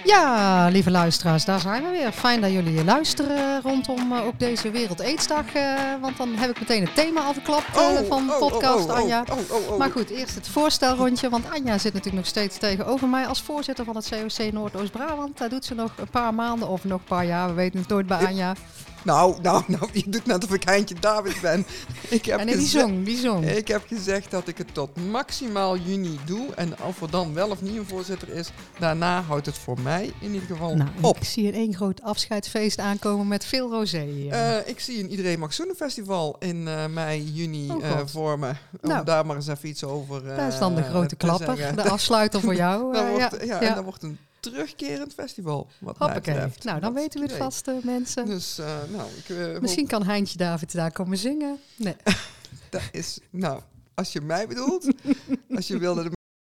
Ja, lieve luisteraars, daar zijn we weer. Fijn dat jullie luisteren rondom ook deze Wereld Aidsdag. Want dan heb ik meteen het thema al verklapt van podcast Anja. Maar goed, eerst het voorstelrondje. Want Anja zit natuurlijk nog steeds tegenover mij als voorzitter van het COC Noordoost-Brabant. Daar doet ze nog een paar maanden of nog een paar jaar. We weten het nooit bij Anja. Nou, je doet net of ik Heintje David ben. Die zong. Ik heb gezegd dat ik het tot maximaal juni doe. En of er dan wel of niet een voorzitter is, daarna houdt het voor mij in ieder geval op. Ik zie één groot afscheidsfeest aankomen met veel rosé. Ik zie een Iedereen Mag Zoenen festival in mei, juni voor me. Om daar maar eens even iets over dat is dan de grote klapper, zeggen. De afsluiter voor jou. En dat wordt een terugkerend festival, wat mij betreft. Nou, dan weten we het vast, mensen. Dus, misschien kan Heintje David daar komen zingen. Nee. Dat is, als je mij bedoelt, als je wilde...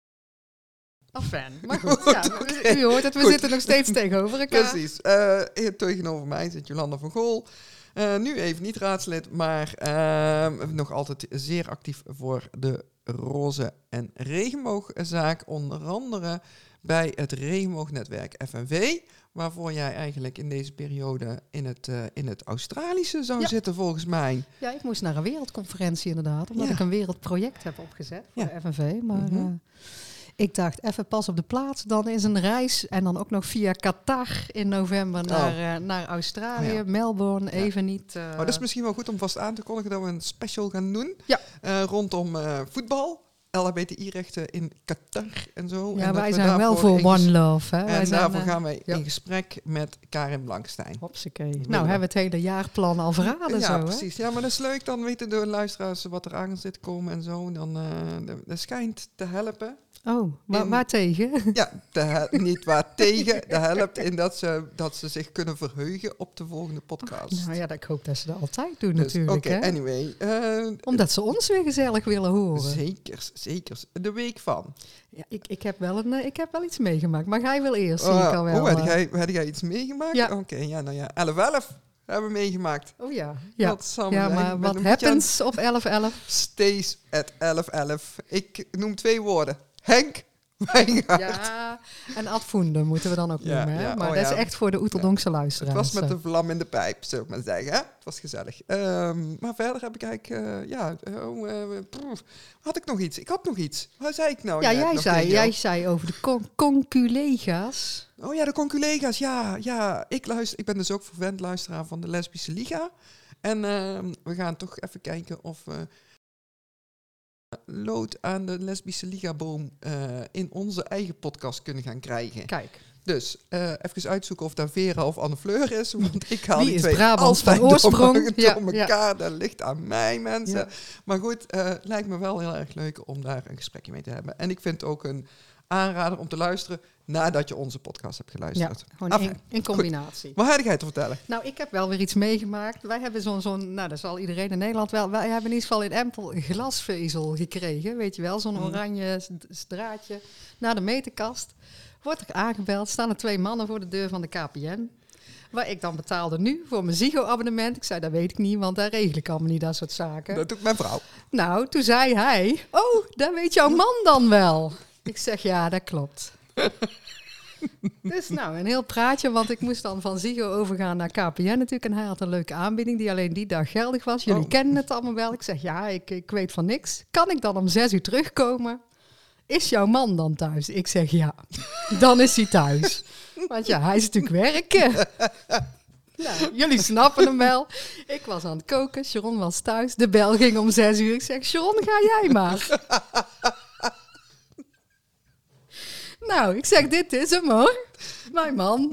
Maar goed, u hoort het, we zitten nog steeds tegenover elkaar. Precies. Tegenover mij zit Jolanda van Gool. Nu even niet raadslid, maar nog altijd zeer actief voor de Roze en Regenboogzaak. Onder andere bij het Regenboognetwerk FNV, waarvoor jij eigenlijk in deze periode in het Australische zou zitten, volgens mij. Ja, ik moest naar een wereldconferentie inderdaad, omdat ik een wereldproject heb opgezet voor de FNV. Maar ik dacht, even pas op de plaats, dan is een reis en dan ook nog via Qatar in november naar Australië, Melbourne, even niet. Dat is misschien wel goed om vast aan te kondigen dat we een special gaan doen rondom voetbal. LHBTI-rechten in Qatar en zo. Ja, en wij zijn wel voor One Love. Hè? En daarvoor gaan wij in gesprek met Karin Blankstein. Hopsakee. Nou, hebben we het hele jaarplan al verraden. Ja, zo, precies. Hè? Ja, maar dat is leuk. Dan weten de luisteraars wat er aan zit te komen en zo. Dan, dat schijnt te helpen. Oh, waar tegen? Ja, niet waar tegen. Dat helpt in dat ze zich kunnen verheugen op de volgende podcast. Nou ja, ik hoop dat ze dat altijd doen natuurlijk. Oké, anyway. Omdat ze ons weer gezellig willen horen. Zeker. De week van. Ja, ik heb wel iets meegemaakt, maar jij wil eerst, zie ik al wel. Had jij iets meegemaakt? Ja. Oké, 11-11 hebben we meegemaakt. Oh ja. Maar wat happens op 11-11? Stays at 11-11. Ik noem 2 woorden. Henk Wijngaard. Ja, en Ad Voende moeten we dan ook noemen. Hè? Maar dat is echt voor de Oeteldonkse luisteraars. Het was met de vlam in de pijp, zou ik maar zeggen. Hè? Het was gezellig. Maar verder heb ik eigenlijk... had ik nog iets? Ik had nog iets. Wat zei ik nou? Ja, jij zei over de conculega's. Oh ja, de conculega's. Ja. Ik ben dus ook vervent luisteraar van de Lesbische Liga. En we gaan toch even kijken of... lood aan de Lesbische Liga-boom in onze eigen podcast kunnen gaan krijgen. Kijk. Dus even uitzoeken of daar Vera of Anne Fleur is. Want ik haal die twee Brabants van oorsprong door elkaar. Dat ligt aan mij, mensen. Ja. Maar goed, lijkt me wel heel erg leuk om daar een gesprekje mee te hebben. En ik vind het ook een aanrader om te luisteren nadat je onze podcast hebt geluisterd. Ja, gewoon in combinatie. Wat had jij te vertellen? Nou, ik heb wel weer iets meegemaakt. Wij hebben zo'n dat zal iedereen in Nederland wel. Wij hebben in ieder geval in Empel glasvezel gekregen. Weet je wel, zo'n oranje draadje naar de meterkast. Wordt er aangebeld, staan er 2 mannen voor de deur van de KPN. Waar ik dan betaalde nu voor mijn Ziggo-abonnement. Ik zei, dat weet ik niet, want daar regel ik allemaal niet, dat soort zaken. Dat doet mijn vrouw. Nou, toen zei hij, dat weet jouw man dan wel. Ik zeg, ja, dat klopt. Dus een heel praatje, want ik moest dan van Ziggo overgaan naar KPN natuurlijk. En hij had een leuke aanbieding die alleen die dag geldig was. Jullie kennen het allemaal wel. Ik zeg, ja, ik weet van niks. Kan ik dan om 6 uur terugkomen? Is jouw man dan thuis? Ik zeg, ja, dan is hij thuis. Want ja, hij is natuurlijk werken. Nou, jullie snappen hem wel. Ik was aan het koken, Sharon was thuis. De bel ging om 6 uur. Ik zeg, Sharon, ga jij maar. Nou, ik zeg, dit is hem hoor. Mijn man.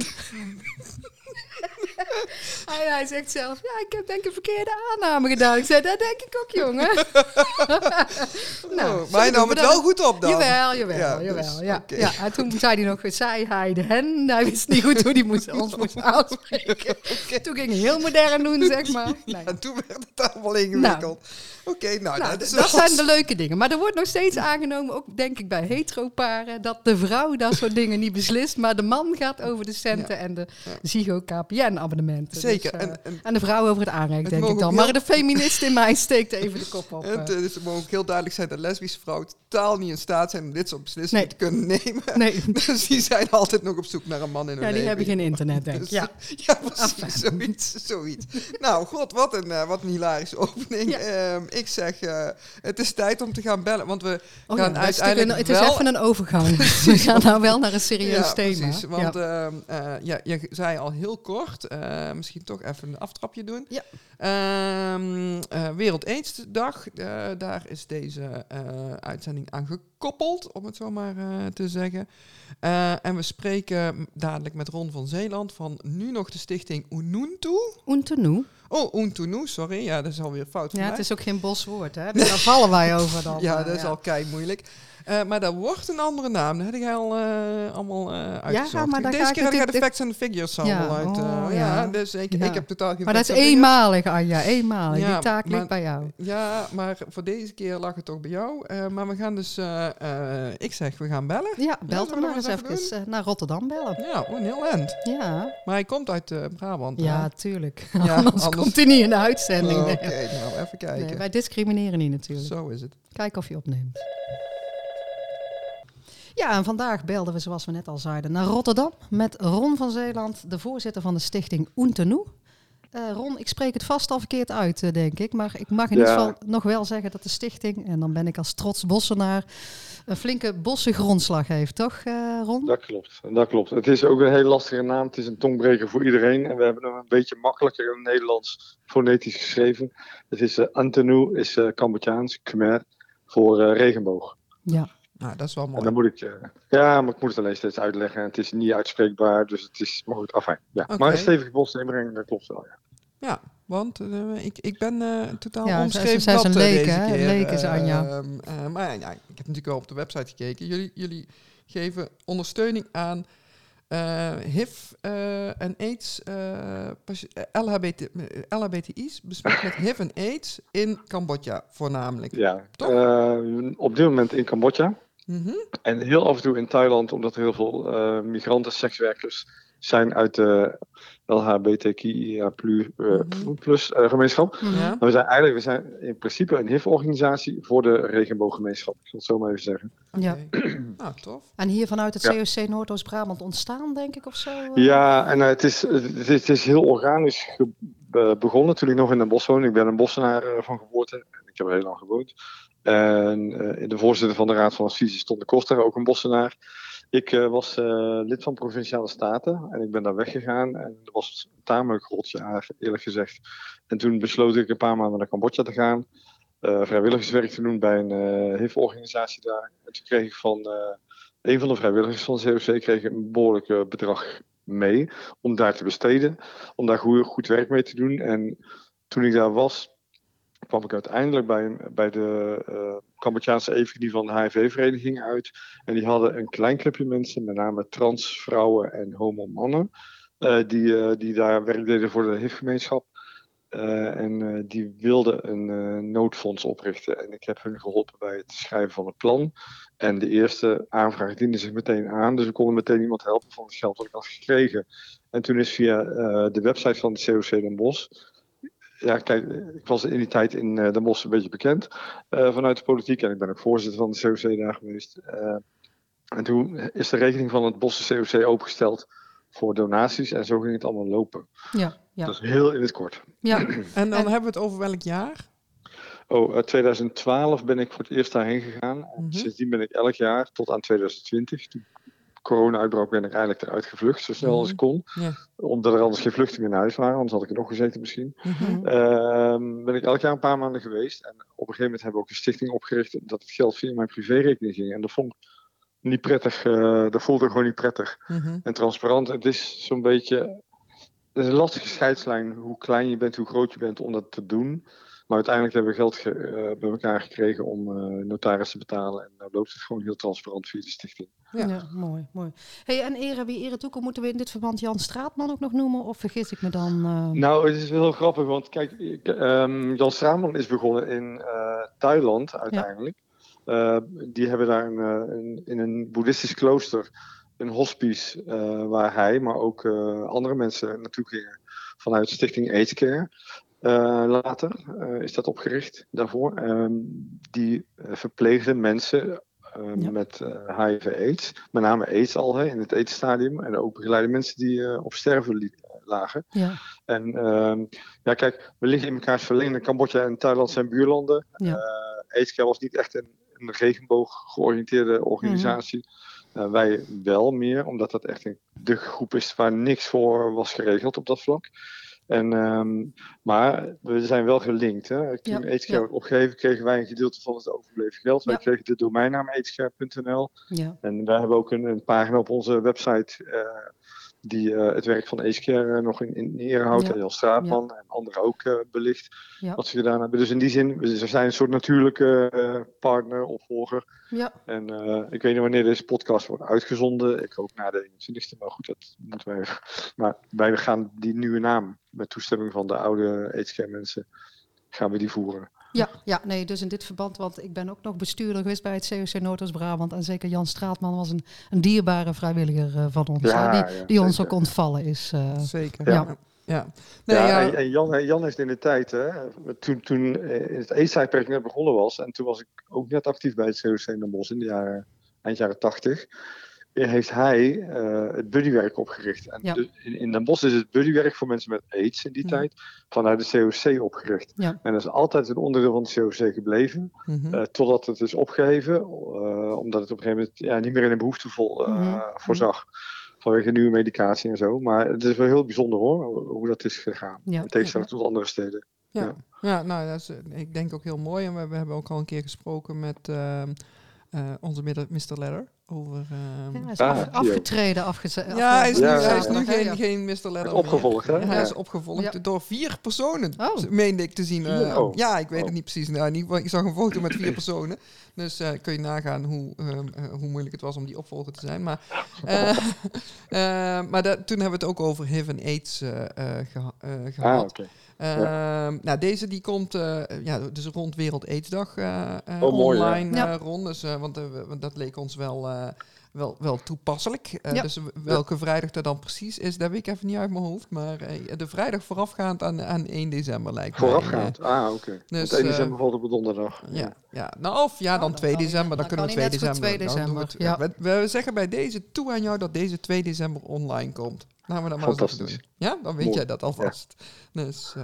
Hij zegt zelf, ja, ik heb denk ik een verkeerde aanname gedaan. Ik zei, dat denk ik ook, jongen. Maar hij nam het wel goed op dan. Jawel. Dus, ja. En toen zei hij nog, zei hij de hen. Hij wist niet goed hoe hij ons moest aanspreken. Toen ging hij heel modern doen, zeg maar. Nee. En toen werd het allemaal ingewikkeld. Dat zijn de leuke dingen. Maar er wordt nog steeds aangenomen, ook denk ik bij hetero-paren, dat de vrouw dat soort dingen niet beslist. Maar de man gaat over de centen en de Ziggo KPN-abonnement. abonnementen. Zeker. Dus, en de vrouw over het aanrecht, denk ik mogen dan. ook Maar heel- de feminist in mij steekt even de kop op. Dus het moet ook heel duidelijk zijn dat lesbische vrouwen totaal niet in staat zijn om dit soort beslissingen te kunnen nemen. Nee. Dus die zijn altijd nog op zoek naar een man in hun Ja, die leven. hebben geen internet, denk ik. Dus, ja, precies. Zoiets. Nou, god, wat een hilarische opening. Ja. Ik zeg, het is tijd om te gaan bellen. Want we Oh gaan ja, uiteindelijk het is wel... even een overgang. We gaan nou wel naar een serieus thema. Precies. Want je zei al heel kort, misschien toch even een aftrapje doen. Ja. Wereld AIDS-dag, daar is deze uitzending aan gekoppeld, om het zo maar te zeggen. En we spreken dadelijk met Ron van Zeeland van nu nog de stichting Ununtu. Untunu. Oh, Untunu, sorry. Ja, dat is alweer fout van Ja, mij. het is ook geen boswoord, hè? Dus daar vallen wij over dan. Ja, dat is al kei moeilijk. Maar dat wordt een andere naam. Dat heb jij al allemaal uitgezocht. Ja, maar daar Deze ga keer ik had jij het- de facts en de figures allemaal uit. ja. Dus ik Ja. heb totaal geen Maar dat is facts en figures. eenmalig, Anja. Eenmalig. Ja, Die taak ligt maar- bij jou. Ja, maar voor deze keer lag het toch bij jou. Maar we gaan dus... ik zeg, we gaan bellen. Ja, bel zullen hem we maar dat eens even even naar Rotterdam bellen. Ja, een heel eind. Ja, Maar hij komt uit Brabant. hè? ja, tuurlijk. Ja, anders komt hij niet in de uitzending. Oké, Nee. nou, even kijken. Nee, wij discrimineren niet natuurlijk. Zo is het. Kijk of je opneemt. Ja, en vandaag belden we, zoals we net al zeiden, naar Rotterdam met Ron van Zeeland, de voorzitter van de stichting Untenu. Ron, ik spreek het vast al verkeerd uit, denk ik. Maar ik mag in ieder geval nog wel zeggen dat de stichting, en dan ben ik als trots Bossenaar, een flinke bosse grondslag heeft, toch Ron? Dat klopt. Het is ook een hele lastige naam. Het is een tongbreker voor iedereen. En we hebben hem een beetje makkelijker in het Nederlands fonetisch geschreven. Het is Untenu, is Cambodjaans, Khmer, voor regenboog. Ja. Nou, dat is wel mooi. En dan moet ik, maar ik moet het alleen steeds uitleggen. Het is niet uitspreekbaar, dus het is maar goed. Afijn. Ja. Oké. Maar een stevige bos inbrengen, dat klopt wel. Ja. Ja, want ik ben totaal Ja, onbeschreven zij is een blad, leek, deze hè? keer. Leek is Anja. Maar ja, ik heb natuurlijk wel op de website gekeken. Jullie geven ondersteuning aan HIV en AIDS, LHBTI's, besmet met HIV en AIDS in Cambodja voornamelijk. Ja. Toch? Op dit moment in Cambodja. Mhm. En heel af en toe in Thailand, omdat er heel veel migranten, sekswerkers zijn uit de LHBTQIA plus gemeenschap. Mhm. Ja. Maar we zijn in principe een HIV-organisatie voor de regenbooggemeenschap. Ik zal het zo maar even zeggen. Ja. Nou, tof. En hier vanuit het Ja. COC Noordoost-Brabant ontstaan, denk ik, of zo? Ja, en het is heel organisch begonnen toen ik nog in Den Bosch woonde. Ik ben een Bossenaar van geboorte. En ik heb er heel lang gewoond. En de voorzitter van de Raad van Advies is Ton de Koster, ook een Bossenaar. Ik was lid van Provinciale Staten en ik ben daar weggegaan. En dat was een tamelijk rot jaar, eerlijk gezegd. En toen besloot ik een paar maanden naar Cambodja te gaan. Vrijwilligerswerk te doen bij een HIV-organisatie daar. En toen kreeg ik van een van de vrijwilligers van de COC kreeg ik een behoorlijk bedrag mee om daar te besteden. Om daar goed werk mee te doen. En toen ik daar was, kwam ik uiteindelijk bij de Cambodjaanse evenknie van de HIV-vereniging uit. En die hadden een klein clubje mensen, met name trans vrouwen en homo mannen, die daar werk deden voor de HIV-gemeenschap. En die wilden een noodfonds oprichten. En ik heb hun geholpen bij het schrijven van het plan. En de eerste aanvraag diende zich meteen aan. Dus we konden meteen iemand helpen van het geld dat ik had gekregen. En toen is via de website van de COC Den Bosch. Ja, kijk, ik was in die tijd in Den Bosch een beetje bekend vanuit de politiek. En ik ben ook voorzitter van de COC daar geweest. En toen is de rekening van het Bosse COC opengesteld voor donaties. En zo ging het allemaal lopen. Ja, ja. Dat is heel in het kort. Ja. En dan hebben we het over welk jaar? 2012 ben ik voor het eerst daarheen gegaan. En sindsdien ben ik elk jaar tot aan 2020. Toen corona uitbrak ben ik eigenlijk eruit gevlucht, zo snel als ik kon. Ja. Omdat er anders geen vluchten meer naar huis waren, anders had ik er nog gezeten misschien. Ben ik elk jaar een paar maanden geweest. En op een gegeven moment hebben we ook een stichting opgericht dat het geld via mijn privérekening ging. En dat vond ik niet prettig. Dat voelde gewoon niet prettig. En transparant. Het is zo'n beetje... Het is een lastige scheidslijn hoe klein je bent, hoe groot je bent om dat te doen. Maar uiteindelijk hebben we geld bij elkaar gekregen om notaris te betalen. En dan loopt het gewoon heel transparant via de stichting. Ja, mooi, mooi. Hey, en ere wie ere toekomt, moeten we in dit verband Jan Straatman ook nog noemen? Of vergis ik me dan? Nou, het is wel heel grappig, want kijk, Jan Straatman is begonnen in Thailand uiteindelijk. Die hebben daar in een boeddhistisch klooster een hospice waar hij, maar ook andere mensen naartoe gingen. vanuit Stichting AIDS-Care. Later is dat opgericht daarvoor. Die verpleegden mensen met HIV-AIDS, met name AIDS al in het AIDS-stadium. En ook begeleiden mensen die op sterven lagen. Ja. En kijk, we liggen in mekaars verlengde. Cambodja en Thailand zijn buurlanden. Ja. AIDS-Care was niet echt een regenboog georiënteerde organisatie. Wij wel meer, omdat dat echt de groep is waar niks voor was geregeld op dat vlak. Maar we zijn wel gelinkt. Hè? Toen AIDS-Care werd opgegeven, kregen wij een gedeelte van het overbleven geld. Wij kregen de domeinnaam aidscare.nl. Ja. En wij hebben ook een pagina op onze website die het werk van AIDS-Care nog in ere houdt. En Jan Straatman en anderen ook belicht wat ze gedaan hebben. Dus in die zin, we zijn een soort natuurlijke partner, opvolger. Ja. En ik weet niet wanneer deze podcast wordt uitgezonden. Ik hoop na de 21ste, maar goed, dat moeten we even. Maar wij gaan die nieuwe naam, met toestemming van de oude AIDS-Care mensen, gaan we die voeren. Nee, dus in dit verband, want ik ben ook nog bestuurder geweest bij het COC Noordoost-Brabant. En zeker Jan Straatman was een dierbare vrijwilliger van ons, die ons ook ontvallen is. Zeker, En Jan heeft in de tijd, toen het AIDS-tijdperk net begonnen was, en toen was ik ook net actief bij het COC Den Bosch in de eind jaren 80, heeft hij het buddywerk opgericht. En in Den Bosch is het buddywerk voor mensen met AIDS in die tijd vanuit de COC opgericht. Ja. En dat is altijd een onderdeel van het COC gebleven, totdat het is opgeheven, omdat het op een gegeven moment niet meer in een behoefte voorzag. Vanwege nieuwe medicatie en zo. Maar het is wel heel bijzonder hoor, hoe dat is gegaan. In tegenstelling tot andere steden. Nou, dat is, ik denk ook heel mooi. En we hebben ook al een keer gesproken met onze Mr. Ledder. Over, hij is afgetreden, hij is nu geen Mr. Ledder. Opgevolgd, hè? Hij is opgevolgd door 4 personen, meende ik te zien. Ik weet het niet precies. Ik zag een foto met 4 personen. Dus kun je nagaan hoe moeilijk het was om die opvolger te zijn. Maar, toen hebben we het ook over HIV en AIDS gehad. Nou, deze die komt dus rond Wereld AIDS-dag online rond. Dus, want dat leek ons wel toepasselijk. Dus welke vrijdag dat dan precies is, dat weet ik even niet uit mijn hoofd. Maar de vrijdag voorafgaand aan 1 december lijkt mij. Voorafgaand? Oké. Dus, 1 december valt op een donderdag. Dan 2 december. Dan kunnen we 2 december. 2 december. We zeggen bij deze toe aan jou dat deze 2 december online komt. Laten we dat maar eens even doen. Ja, dan weet jij dat alvast. Ja. Dus,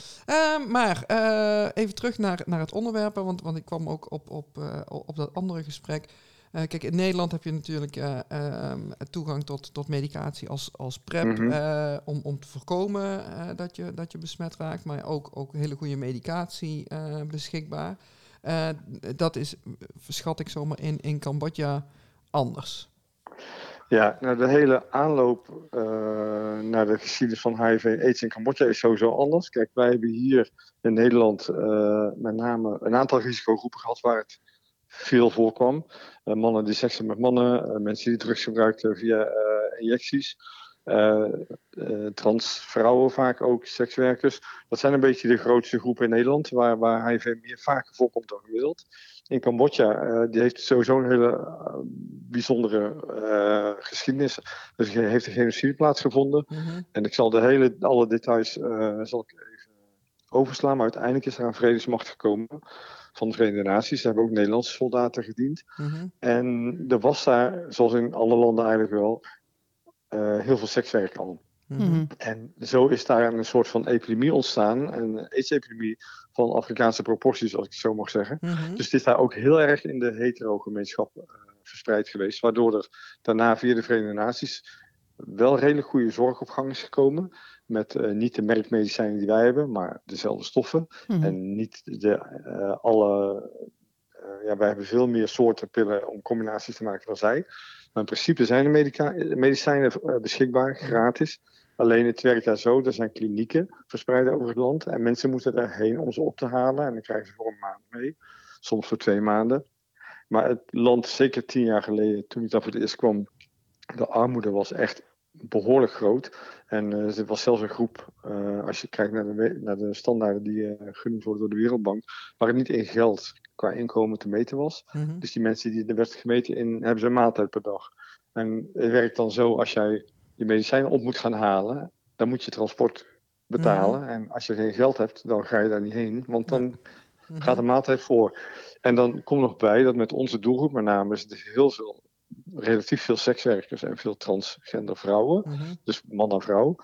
even terug naar het onderwerp, want ik kwam ook op dat andere gesprek. Kijk, in Nederland heb je natuurlijk toegang tot medicatie als PrEP, om te voorkomen dat je besmet raakt, maar ook hele goede medicatie beschikbaar. Dat is, schat ik zomaar in Cambodja anders. Ja, nou de hele aanloop naar de geschiedenis van HIV-AIDS in Cambodja is sowieso anders. Kijk, wij hebben hier in Nederland met name een aantal risicogroepen gehad waar het veel voorkwam. Mannen die seks hebben met mannen, mensen die drugs gebruikten via injecties. Trans vrouwen vaak ook, sekswerkers. Dat zijn een beetje de grootste groepen in Nederland waar HIV meer vaker voorkomt dan gemiddeld. In Cambodja, die heeft sowieso een hele bijzondere geschiedenis. Dus er heeft een genocide plaatsgevonden. En ik zal alle details zal ik even overslaan. Maar uiteindelijk is er een vredesmacht gekomen van de Verenigde Naties. Daar hebben ook Nederlandse soldaten gediend. En er was daar, zoals in alle landen eigenlijk wel, heel veel sekswerk al. En zo is daar een soort van epidemie ontstaan. Een AIDS-epidemie van Afrikaanse proporties, als ik het zo mag zeggen. Dus het is daar ook heel erg in de hetero-gemeenschap verspreid geweest. Waardoor er daarna via de Verenigde Naties wel redelijk goede zorg op gang is gekomen. Met niet de merkmedicijnen die wij hebben, maar dezelfde stoffen. En niet wij hebben veel meer soorten pillen om combinaties te maken dan zij. Maar in principe zijn de medicijnen beschikbaar, gratis. Alleen het werkt daar zo, er zijn klinieken verspreid over het land. En mensen moeten daarheen om ze op te halen. En dan krijgen ze voor een maand mee, soms voor 2 maanden. Maar het land, zeker 10 jaar geleden, toen ik daar voor het eerst kwam, de armoede was echt behoorlijk groot. En er was zelfs een groep, als je kijkt naar de standaarden die genoemd worden door de Wereldbank, waar het niet in geld qua inkomen te meten was. Dus die mensen die er werd gemeten in, hebben ze een maaltijd per dag. En het werkt dan zo, als jij je medicijnen op moet gaan halen, dan moet je transport betalen. En als je geen geld hebt, dan ga je daar niet heen. Want dan Mhm. gaat de maaltijd voor. En dan komt nog bij dat met onze doelgroep, met name, is het relatief veel sekswerkers en veel transgender vrouwen. Mhm. Dus man en vrouw.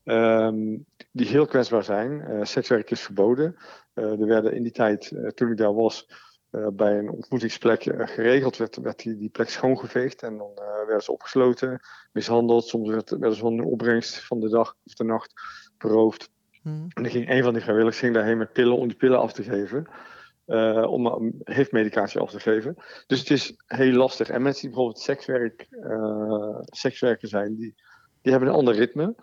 Die heel kwetsbaar zijn. Sekswerk is verboden. Er werden in die tijd, toen ik daar was, bij een ontmoetingsplek geregeld, werd die plek schoongeveegd. En dan werden ze opgesloten, mishandeld. Soms werden ze van de opbrengst van de dag of de nacht beroofd. Mhm. En dan ging een van die vrijwilligers daarheen met pillen om die pillen af te geven. Om HIV-medicatie af te geven. Dus het is heel lastig. En mensen die bijvoorbeeld sekswerker zijn, die hebben een ander ritme.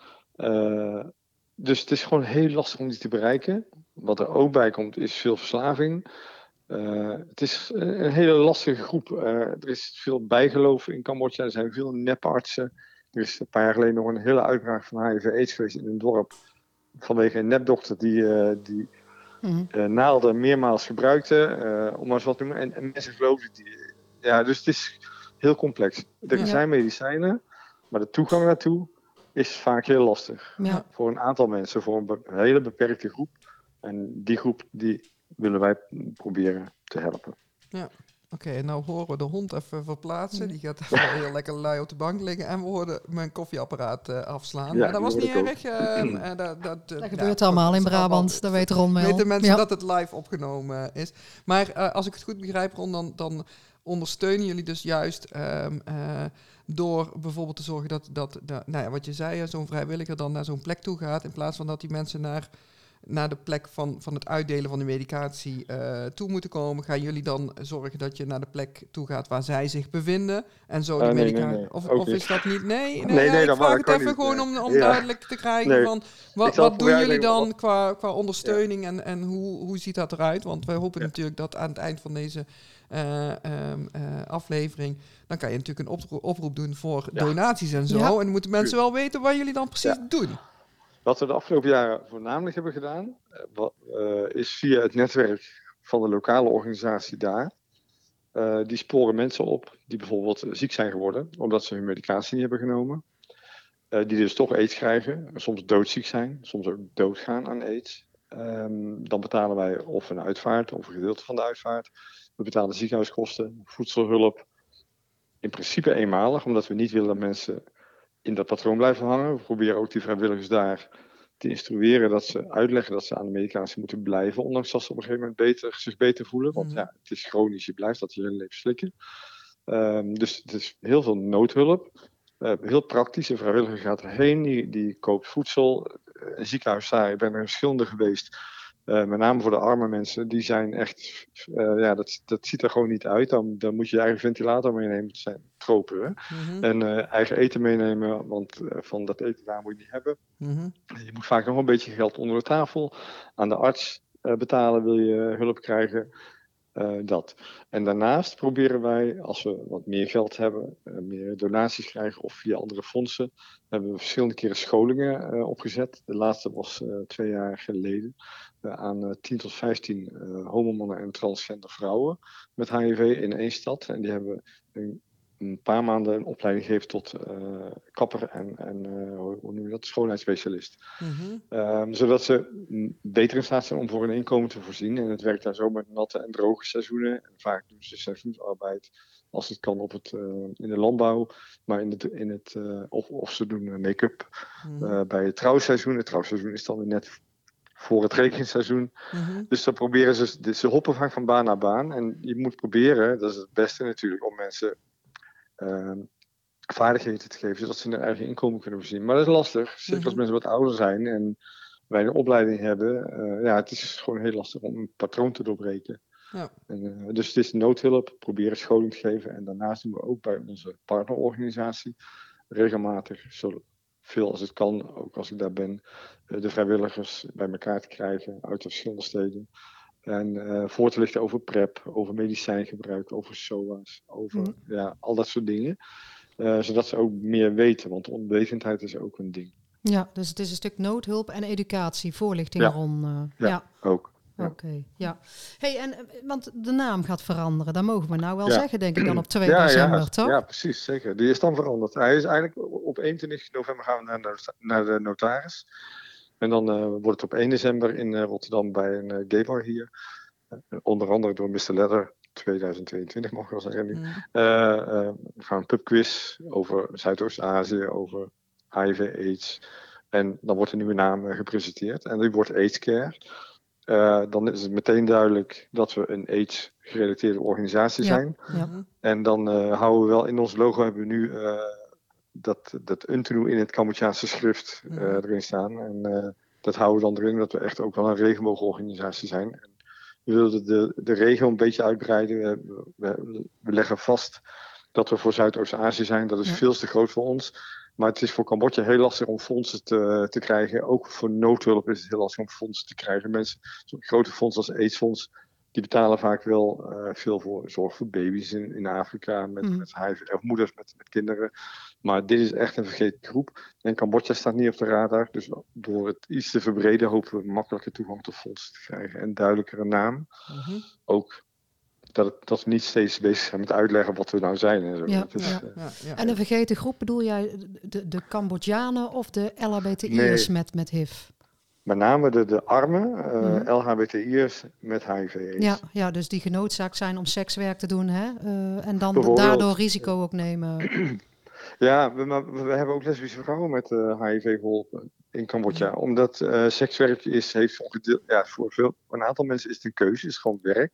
Dus het is gewoon heel lastig om die te bereiken. Wat er ook bij komt, is veel verslaving. Het is een hele lastige groep. Er is veel bijgeloof in Cambodja. Er zijn veel nepartsen. Er is een paar jaar geleden nog een hele uitbraak van HIV-AIDS geweest in een dorp. Vanwege een nepdokter die naalden meermaals gebruikte, om maar eens wat te noemen. En mensen geloven die. Ja, dus het is heel complex. Er zijn medicijnen, maar de toegang naartoe is vaak heel lastig. Ja. Voor een aantal mensen, voor een hele beperkte groep. En die groep, die willen wij proberen te helpen. Ja. Oké, nou horen we de hond even verplaatsen. Die gaat even heel lekker lui op de bank liggen. En we hoorden mijn koffieapparaat afslaan. Ja, maar dat was niet hoorde erg. Dat gebeurt allemaal in Brabant, dat weet Ron wel. Weten mensen dat het live opgenomen is. Maar als ik het goed begrijp, Ron, dan ondersteunen jullie dus juist door bijvoorbeeld te zorgen dat nou ja, wat je zei, zo'n vrijwilliger dan naar zo'n plek toe gaat, in plaats van dat die mensen naar de plek van het uitdelen van de medicatie toe moeten komen. Gaan jullie dan zorgen dat je naar de plek toe gaat waar zij zich bevinden en zo die medicatie... Nee. Of is dat niet? Nee, Nee, ik dat vraag het kan even niet. gewoon om duidelijk te krijgen van wat doen jullie dan qua ondersteuning en hoe ziet dat eruit? Want wij hopen natuurlijk dat aan het eind van deze aflevering, dan kan je natuurlijk een oproep doen voor donaties en zo. Ja. En dan moeten mensen wel weten wat jullie dan precies doen. Wat we de afgelopen jaren voornamelijk hebben gedaan, is via het netwerk van de lokale organisatie daar. Die sporen mensen op die bijvoorbeeld ziek zijn geworden, omdat ze hun medicatie niet hebben genomen. Die dus toch aids krijgen, soms doodziek zijn, soms ook doodgaan aan aids. Dan betalen wij of een uitvaart of een gedeelte van de uitvaart. We betalen ziekenhuiskosten, voedselhulp. In principe eenmalig, omdat we niet willen dat mensen in dat patroon blijven hangen. We proberen ook die vrijwilligers daar te instrueren, dat ze uitleggen dat ze aan de medicatie moeten blijven, ondanks dat ze op een gegeven moment zich beter voelen. Want ja, het is chronisch, je blijft dat je hele leven slikken. Dus het is heel veel noodhulp. Heel praktisch, een vrijwilliger gaat erheen, die koopt voedsel. Een ziekenhuis daar, ik ben er verschillende geweest. Met name voor de arme mensen, die zijn echt, dat ziet er gewoon niet uit. Dan moet je je eigen ventilator meenemen, dat zijn tropen. Hè? En eigen eten meenemen, want van dat eten daar moet je niet hebben. Je moet vaak nog een beetje geld onder de tafel aan de arts betalen, wil je hulp krijgen. Dat. En daarnaast proberen wij, als we wat meer geld hebben, meer donaties krijgen of via andere fondsen, hebben we verschillende keren scholingen opgezet. De laatste was 2 jaar geleden aan 10 tot 15 homomannen en transgender vrouwen met HIV in 1 stad. En die hebben een paar maanden een opleiding gegeven tot kapper en hoe noem je dat, schoonheidsspecialist. Zodat ze beter in staat zijn om voor hun inkomen te voorzien. En het werkt daar zo met natte en droge seizoenen. En vaak doen ze seizoensarbeid als het kan in de landbouw. Maar of ze doen make-up bij het trouwseizoen. Het trouwseizoen is dan net voor het regenseizoen. Dus dan proberen ze hoppen vaak van baan naar baan. En je moet proberen, dat is het beste natuurlijk, om mensen vaardigheden te geven, zodat ze hun eigen inkomen kunnen voorzien. Maar dat is lastig, zeker als mensen wat ouder zijn en weinig opleiding hebben. Het is gewoon heel lastig om een patroon te doorbreken. Ja. Dus het is noodhulp, proberen scholing te geven. En daarnaast doen we ook bij onze partnerorganisatie regelmatig, zoveel als het kan, ook als ik daar ben, de vrijwilligers bij elkaar te krijgen uit de verschillende steden. En voor te lichten over PrEP, over medicijngebruik, over SOA's, over al dat soort dingen. Zodat ze ook meer weten, want onwetendheid is ook een ding. Ja, dus het is een stuk noodhulp en educatie, voorlichting rond. Ook. Oké, ja. Hey, want de naam gaat veranderen, dat mogen we nou wel zeggen, denk ik dan op 2 december, toch? Ja, precies, zeker. Die is dan veranderd. Hij is eigenlijk op 21 november gaan we naar de notaris. En dan wordt het op 1 december in Rotterdam bij een gay bar hier. Onder andere door Mr. Leather, 2022 mag ik wel zeggen nu. We gaan een pubquiz over Zuidoost-Azië, over HIV/AIDS. En dan wordt een nieuwe naam gepresenteerd. En die wordt AIDS-Care. Dan is het meteen duidelijk dat we een AIDS-gerelateerde organisatie zijn. Ja. En dan houden we wel in ons logo hebben we nu dat Untenu in het Cambodjaanse schrift erin staan. En dat houden we dan erin dat we echt ook wel een regenboogorganisatie zijn. En we wilden de regio een beetje uitbreiden. We leggen vast dat we voor Zuidoost-Azië zijn. Dat is veel te groot voor ons. Maar het is voor Cambodja heel lastig om fondsen te krijgen. Ook voor noodhulp is het heel lastig om fondsen te krijgen. Mensen, zo'n grote fondsen als AIDS-fonds, die betalen vaak wel veel voor zorg voor baby's in Afrika. Met HIV, of moeders met kinderen. Maar dit is echt een vergeten groep. En Cambodja staat niet op de radar. Dus door het iets te verbreden hopen we makkelijker toegang tot fondsen te krijgen. En duidelijkere naam. Ook dat we niet steeds bezig zijn met uitleggen wat we nou zijn. En zo. Ja, Ja. En een vergeten groep, bedoel jij de Cambodjanen of de LHBTI'ers met HIV? Met name de armen, LHBTI'ers met HIV/AIDS. Ja, dus die genoodzaakt zijn om sekswerk te doen, hè? En dan daardoor risico ook nemen. Ja, we hebben ook lesbische vrouwen met HIV geholpen in Cambodja. Omdat sekswerk heeft voor een aantal mensen is het een keuze, is gewoon werk.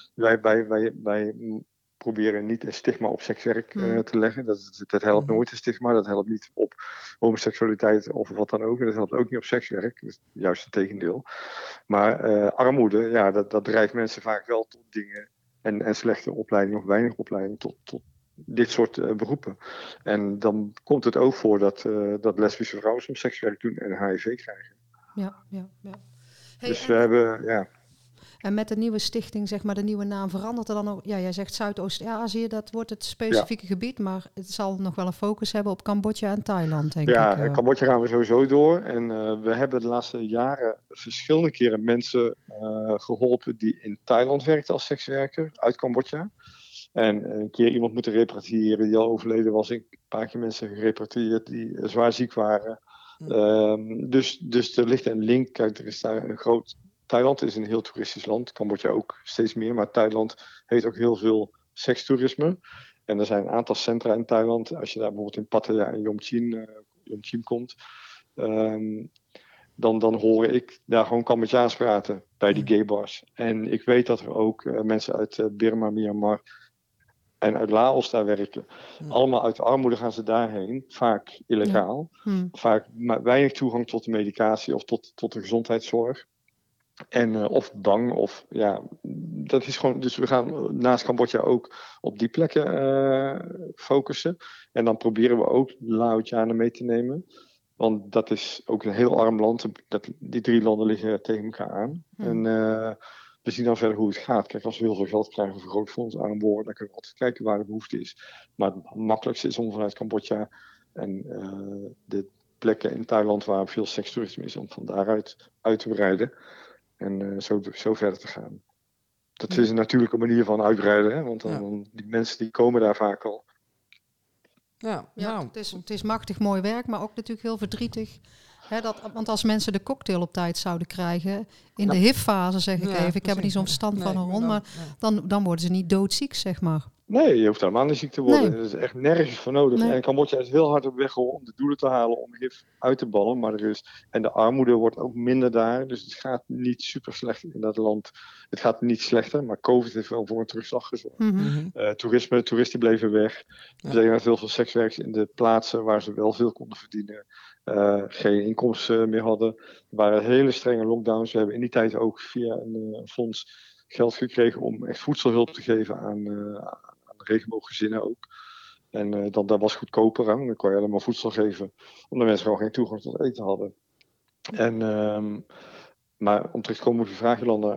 Wij proberen niet een stigma op sekswerk te leggen. Dat helpt nooit, een stigma. Dat helpt niet op homoseksualiteit of wat dan ook. En dat helpt ook niet op sekswerk. Dus juist het tegendeel. Maar armoede, dat drijft mensen vaak wel tot dingen. En slechte opleiding of weinig opleiding tot dit soort beroepen. En dan komt het ook voor dat lesbische vrouwen soms sekswerk doen en HIV krijgen. Ja. Hey, dus we hebben, En met de nieuwe stichting, zeg maar, de nieuwe naam, verandert er dan ook? Ja, jij zegt Zuidoost-Azië, dat wordt het specifieke gebied, maar het zal nog wel een focus hebben op Cambodja en Thailand, denk ik. Ja, Cambodja gaan we sowieso door. En we hebben de laatste jaren verschillende keren mensen geholpen die in Thailand werkten als sekswerker uit Cambodja. En een keer iemand moeten repatriëren die al overleden was. Een paar keer mensen gerepatrieerd die zwaar ziek waren. Dus er ligt een link. Kijk, er is daar een groot... Thailand is een heel toeristisch land. Cambodja ook steeds meer. Maar Thailand heeft ook heel veel sekstoerisme. En er zijn een aantal centra in Thailand. Als je daar bijvoorbeeld in Pattaya en Yongchim komt... Dan hoor ik daar gewoon Cambodjaans praten bij die gay bars. En ik weet dat er ook mensen uit Birma, Myanmar... en uit Laos daar werken. Allemaal uit de armoede gaan ze daarheen. Vaak illegaal. Vaak weinig toegang tot de medicatie of tot de gezondheidszorg. En of bang. Of, dat is gewoon, dus we gaan naast Cambodja ook op die plekken focussen. En dan proberen we ook Laotianen mee te nemen. Want dat is ook een heel arm land. Die 3 landen liggen tegen elkaar aan. En... we zien dan verder hoe het gaat. Kijk, als we heel veel geld krijgen voor een groot fonds aan boord, dan kunnen we altijd kijken waar de behoefte is. Maar het makkelijkste is om vanuit Cambodja en de plekken in Thailand waar veel sekstoerisme is, om van daaruit uit te breiden en zo verder te gaan. Dat is een natuurlijke manier van uitbreiden, hè? Want dan, die mensen die komen daar vaak al. Het is machtig mooi werk, maar ook natuurlijk heel verdrietig. Want als mensen de cocktail op tijd zouden krijgen, in de HIV-fase zeg ik even, ik heb er niet zo'n verstand van een rond, maar dan worden ze niet doodziek, zeg maar. Nee, je hoeft helemaal niet ziek te worden. Nee. Er is echt nergens voor nodig. Nee. En Cambodja is heel hard op weg om de doelen te halen om HIV uit te bannen. Maar en de armoede wordt ook minder daar. Dus het gaat niet super slecht in dat land. Het gaat niet slechter, maar COVID heeft wel voor een terugslag gezorgd. Toeristen bleven weg. Er zijn heel veel sekswerkers in de plaatsen waar ze wel veel konden verdienen. Geen inkomsten meer hadden. Er waren hele strenge lockdowns. We hebben in die tijd ook via een fonds geld gekregen om echt voedselhulp te geven aan regenbooggezinnen ook. En dat was goedkoper. Hè? Dan kon je allemaal voedsel geven. Omdat mensen gewoon geen toegang tot eten hadden. Maar om terug te komen op je vraag, Jolanda.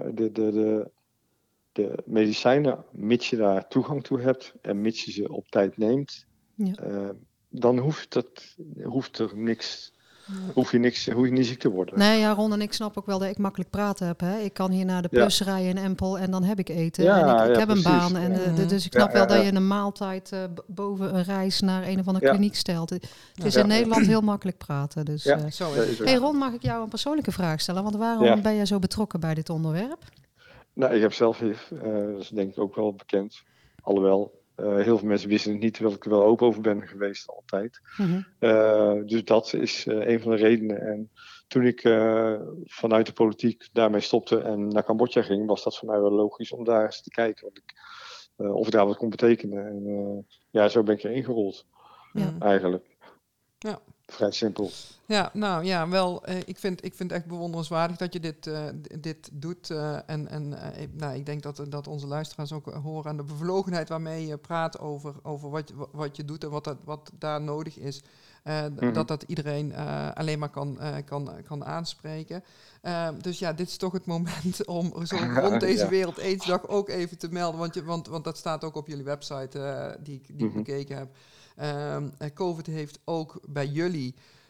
De medicijnen, mits je daar toegang toe hebt en mits je ze op tijd neemt, dan hoeft er niks hoef je niet ziek te worden. Nee, ja, Ron en ik snap ook wel dat ik makkelijk praten heb. Hè. Ik kan hier naar de plus rijden in Empel en dan heb ik eten. Ja, en ik heb precies. een baan. En, dus ik snap Ja, wel dat je een maaltijd boven een reis naar een of andere kliniek stelt. Het is in Nederland heel makkelijk praten. Dus, Zo is het. Hey Ron, mag ik jou een persoonlijke vraag stellen? Want waarom ben je zo betrokken bij dit onderwerp? Nou, ik heb zelf HIV. Dat is denk ik ook wel bekend. Alhoewel, heel veel mensen wisten het niet, terwijl ik er wel open over ben geweest altijd. Dus dat is een van de redenen. En toen ik vanuit de politiek daarmee stopte en naar Cambodja ging, was dat voor mij wel logisch om daar eens te kijken of ik daar wat kon betekenen. En zo ben ik erin gerold. Eigenlijk. Ja. Vrij simpel. Ja, nou ja, wel. Ik vind het echt bewonderenswaardig dat je dit doet. Ik denk dat onze luisteraars ook horen aan de bevlogenheid waarmee je praat over wat je doet en wat daar nodig is. Dat iedereen alleen maar kan aanspreken. Dus ja, dit is toch het moment om zo rond deze Wereld AIDS-dag ook even te melden. Want dat staat ook op jullie website die ik bekeken heb. COVID heeft ook bij jullie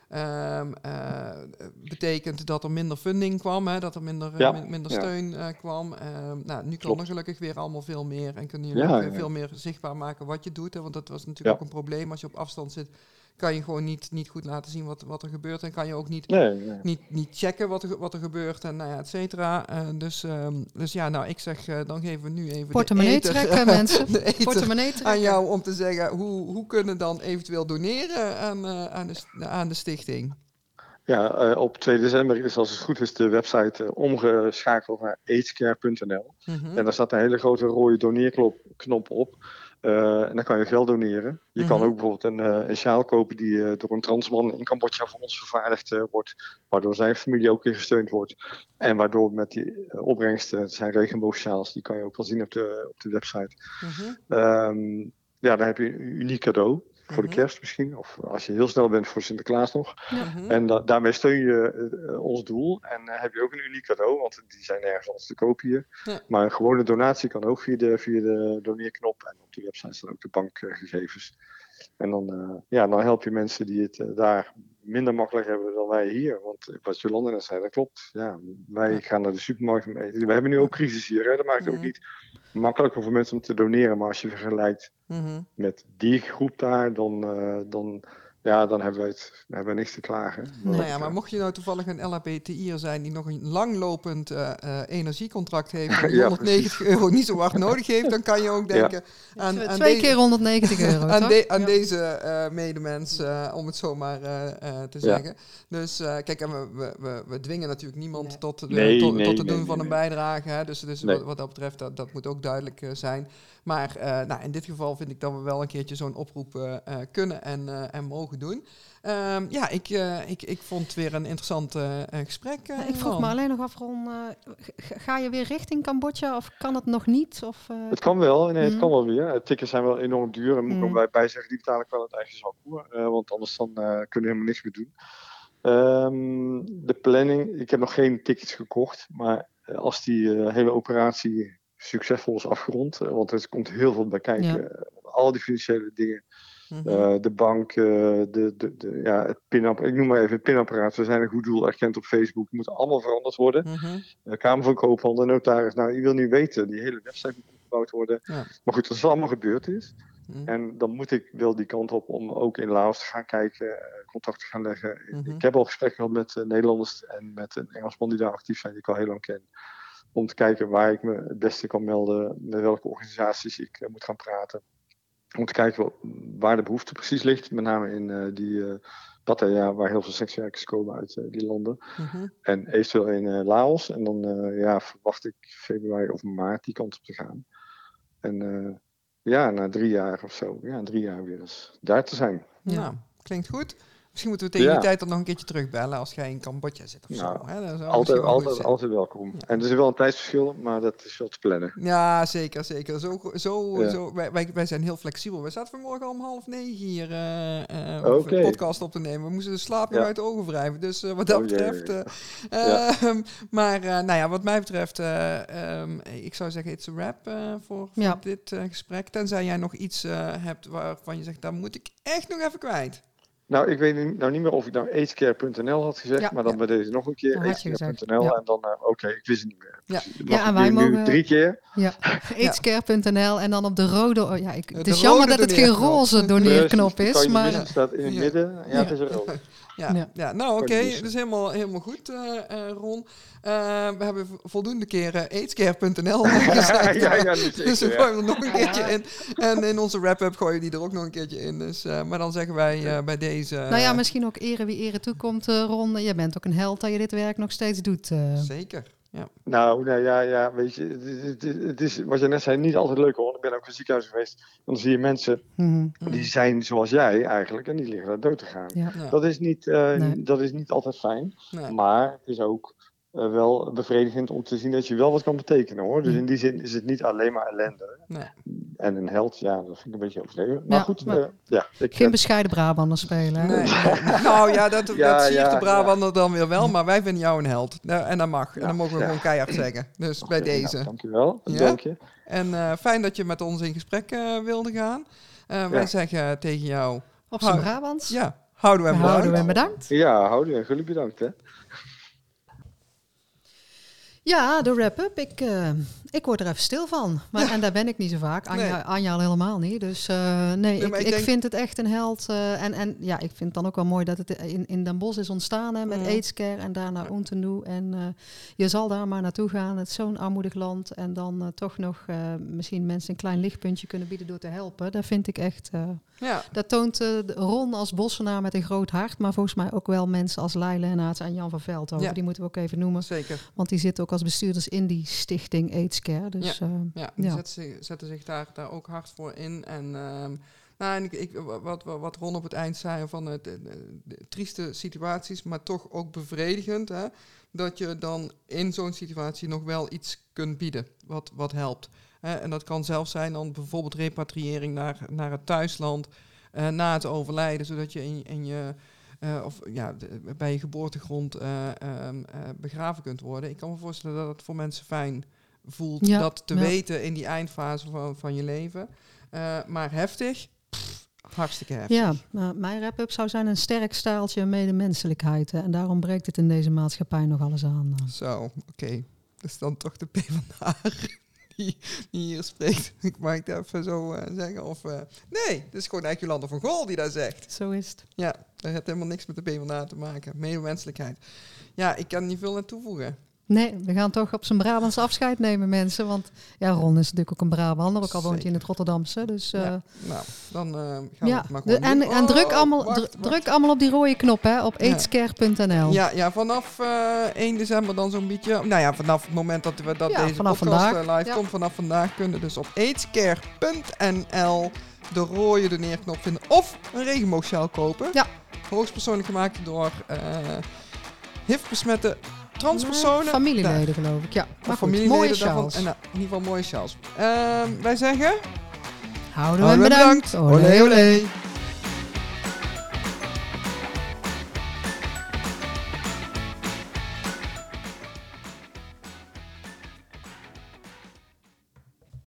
betekent dat er minder funding kwam, hè, dat er minder steun kwam. Nu kan er gelukkig weer allemaal veel meer en kunnen jullie veel meer zichtbaar maken wat je doet. Hè, want dat was natuurlijk ook een probleem. Als je op afstand zit, kan je gewoon niet goed laten zien wat er gebeurt. En kan je ook niet checken wat er gebeurt en et cetera. Dus ik zeg, dan geven we nu even portemonnee trekken, mensen. Portemonnee trekken aan jou om te zeggen, hoe kunnen dan eventueel doneren aan de stichting? Ja, op 2 december is, als het goed is, de website omgeschakeld naar aidscare.nl. En daar staat een hele grote rode doneerknop op. En dan kan je geld doneren. Je kan ook bijvoorbeeld een sjaal kopen die door een transman in Cambodja voor ons vervaardigd wordt. Waardoor zijn familie ook weer gesteund wordt. En waardoor met die opbrengsten, het zijn regenboogsjaals, die kan je ook wel zien op de website. Dan heb je een uniek cadeau. Voor de kerst misschien, of als je heel snel bent voor Sinterklaas nog. En daarmee steun je ons doel. En heb je ook een uniek cadeau, want die zijn nergens anders te koop hier. Maar een gewone donatie kan ook via de doneerknop. En op die website staan ook de bankgegevens. En dan help je mensen die het daar minder makkelijk hebben dan wij hier. Want wat Jolanda net zei, dat klopt. Ja, wij gaan naar de supermarkt om eten. We hebben nu ook crisis hier. Hè? Dat maakt het ook niet makkelijker voor mensen om te doneren. Maar als je vergelijkt met die groep daar, dan hebben we niks te klagen. Maar mocht je nou toevallig een LHBTI'er zijn die nog een langlopend energiecontract heeft en €190 niet zo hard nodig heeft, dan kan je ook denken aan twee keer €190. aan deze medemens, om het zo maar te zeggen. Dus kijk, en we dwingen natuurlijk niemand tot het doen van een bijdrage. Hè? Dus wat dat betreft, dat moet ook duidelijk zijn. Maar in dit geval vind ik dat we wel een keertje zo'n oproep kunnen en mogen doen. Ik vond het weer een interessant gesprek. Ik vroeg me alleen nog af, Ron, ga je weer richting Cambodja of kan het nog niet? Of, het kan wel, het kan wel weer. Tickets zijn wel enorm duur en moet ik ook bij zeggen, die betaal ik wel uit eigen zak. Want anders dan kunnen we helemaal niks meer doen. De planning, ik heb nog geen tickets gekocht, maar als die hele operatie succesvol is afgerond, want er komt heel veel bij kijken. Al die financiële dingen. De bank, het ik noem maar even het pinapparaat. We zijn een goed doel erkend op Facebook. Het moet allemaal veranderd worden. De Kamer van Koophandel, de notaris. Nou, je wil nu weten, die hele website moet opgebouwd worden. Maar goed, dat is allemaal gebeurd is. En dan moet ik wel die kant op om ook in Laos te gaan kijken, contact te gaan leggen. Ik heb al gesprekken gehad met Nederlanders en met een Engelsman die daar actief zijn, die ik al heel lang ken. Om te kijken waar ik me het beste kan melden, met welke organisaties ik moet gaan praten. Om te kijken waar de behoefte precies ligt. Met name in die Pattaya, waar heel veel sekswerkers komen uit die landen. En eventueel in Laos. En dan verwacht ik februari of maart die kant op te gaan. En na 3 jaar of zo. 3 jaar weer eens daar te zijn. Nou, klinkt goed. Misschien moeten we tegen die tijd dan nog een keertje terugbellen als jij in Cambodja zit of zo. Hè? Altijd welkom. Ja. En er is wel een tijdsverschil, maar dat is wel te plannen. Ja, zeker. Zo, wij zijn heel flexibel. Wij zaten vanmorgen om 8:30 hier een podcast op te nemen. We moesten de slaap nog uit de ogen wrijven. Dus wat dat betreft... Maar wat mij betreft... ik zou zeggen, it's a wrap voor dit gesprek. Tenzij jij nog iets hebt waarvan je zegt, daar moet ik echt nog even kwijt. Nou, ik weet nou niet meer of ik nou aidscare.nl had gezegd, Ja. maar dan bij deze nog een keer Dat had je gezegd, aidscare.nl ja. en dan, oké, ik wist het niet meer. Ja. Dus Ja, mag en ik wij nu mogen... 3 keer? Ja, aidscare.nl en dan op de rode... Oh, ja, het De is jammer rode dat het geen doneerknop. roze doneerknop Precies, is, kan je maar... missen, staat in het Ja. midden. Ja, het is er ook. Ja. Nou oké, Kan je missen. dus helemaal goed, Ron. We hebben voldoende keren aidscare.nl gezegd. Ja, nu Dus we zeker, gooien er nog een keertje in. En in onze wrap-up gooien we die er ook nog een keertje in. Dus, maar dan zeggen wij bij deze... Nou ja, misschien ook ere wie ere toekomt, Ron. Je bent ook een held dat je dit werk nog steeds doet. Zeker, ja. Nou, ja, weet je, het is, wat je net zei, niet altijd leuk hoor. Ik ben ook in het ziekenhuis geweest. Dan zie je mensen, Mhm. die zijn zoals jij eigenlijk, en die liggen daar dood te gaan. Ja. Ja. Dat is niet altijd fijn, Nee. maar het is ook wel bevredigend om te zien dat je wel wat kan betekenen hoor. Dus in die zin is het niet alleen maar ellende. Nee. En een held, ja, dat vind ik een beetje overdreven. Maar Ja, goed, maar- ik, Geen bescheiden Brabander spelen. Hè? Nee. Nou ja, dat siert ja, de Brabander dan weer wel, maar wij vinden jou een held. Nou, en dat mag. En dat mogen we ja. gewoon keihard zeggen. Dus bij Nou, deze. dankjewel, Ja? dank je. En fijn dat je met ons in gesprek wilde gaan. Wij zeggen tegen jou... Op zijn Brabants. Ja, houden we hem Houden we bedankt. hem bedankt. Ja, houden en jullie bedankt hè. Ja, de wrap-up. Ik word er even stil van. Maar, en daar ben ik niet zo vaak. Anja al helemaal niet. Dus nee, maar ik ik denk- vind het echt een held. En ja, ik vind het dan ook wel mooi dat het in Den Bosch is ontstaan. Hè, met aidscare en daarna Ontenu. En je zal daar maar naartoe gaan. Het is zo'n armoedig land. En dan toch nog misschien mensen een klein lichtpuntje kunnen bieden door te helpen. Dat vind ik echt... Ja, Dat toont Ron als Bossenaar met een groot hart. Maar volgens mij ook wel mensen als Leila Hennaerts en Jan van Veldhoven. Ja. Die moeten we ook even noemen. zeker. Want die zitten ook als bestuurders in die stichting AIDScare. Dus Ja, Ja. die zetten zich daar ook hard voor in. En, en wat Ron op het eind zei van de trieste situaties, maar toch ook bevredigend. Hè, dat je dan in zo'n situatie nog wel iets kunt bieden wat helpt. En dat kan zelfs zijn dan bijvoorbeeld repatriëring naar het thuisland na het overlijden, zodat je bij je geboortegrond begraven kunt worden. Ik kan me voorstellen dat het voor mensen fijn voelt dat te weten in die eindfase van je leven. Maar heftig, hartstikke heftig. ja, mijn wrap-up zou zijn een sterk staaltje medemenselijkheid. Hè. En daarom breekt het in deze maatschappij nog alles aan. Zo, oké. Dus dan toch de PvdA die hier spreekt. Ik mag het even zo zeggen. Of, nee, het is gewoon eigenlijk Jolanda van Gool die dat zegt. Zo is het. Ja, dat heeft helemaal niks met de PvdA te maken. Medemenselijkheid. Ja, ik kan niet veel aan toevoegen. Nee, we gaan toch op zijn Brabants afscheid nemen, mensen. Want ja, Ron is natuurlijk ook een Brabander. Ook al woont hij in het Rotterdamse. Dus, Nou, dan gaan we het maar gewoon en doen. en druk, allemaal, wacht. druk allemaal op die rode knop hè, op aidscare.nl. Ja, vanaf 1 december dan zo'n beetje. Nou ja, vanaf het moment dat deze vanaf podcast vandaag. live komt, vanaf vandaag kunnen dus op aidscare.nl de rode doneerknop vinden. Of een regenboogsjaal kopen. Ja. Hoogstpersoonlijk gemaakt door HIV-besmette transpersonen. Familieleden geloof ik, ja. Of Maar goed, familieleden mooie daarvan. sjaals. En in ieder geval mooie sjaals. Wij zeggen... Houden we hem bedankt. Olé, olé.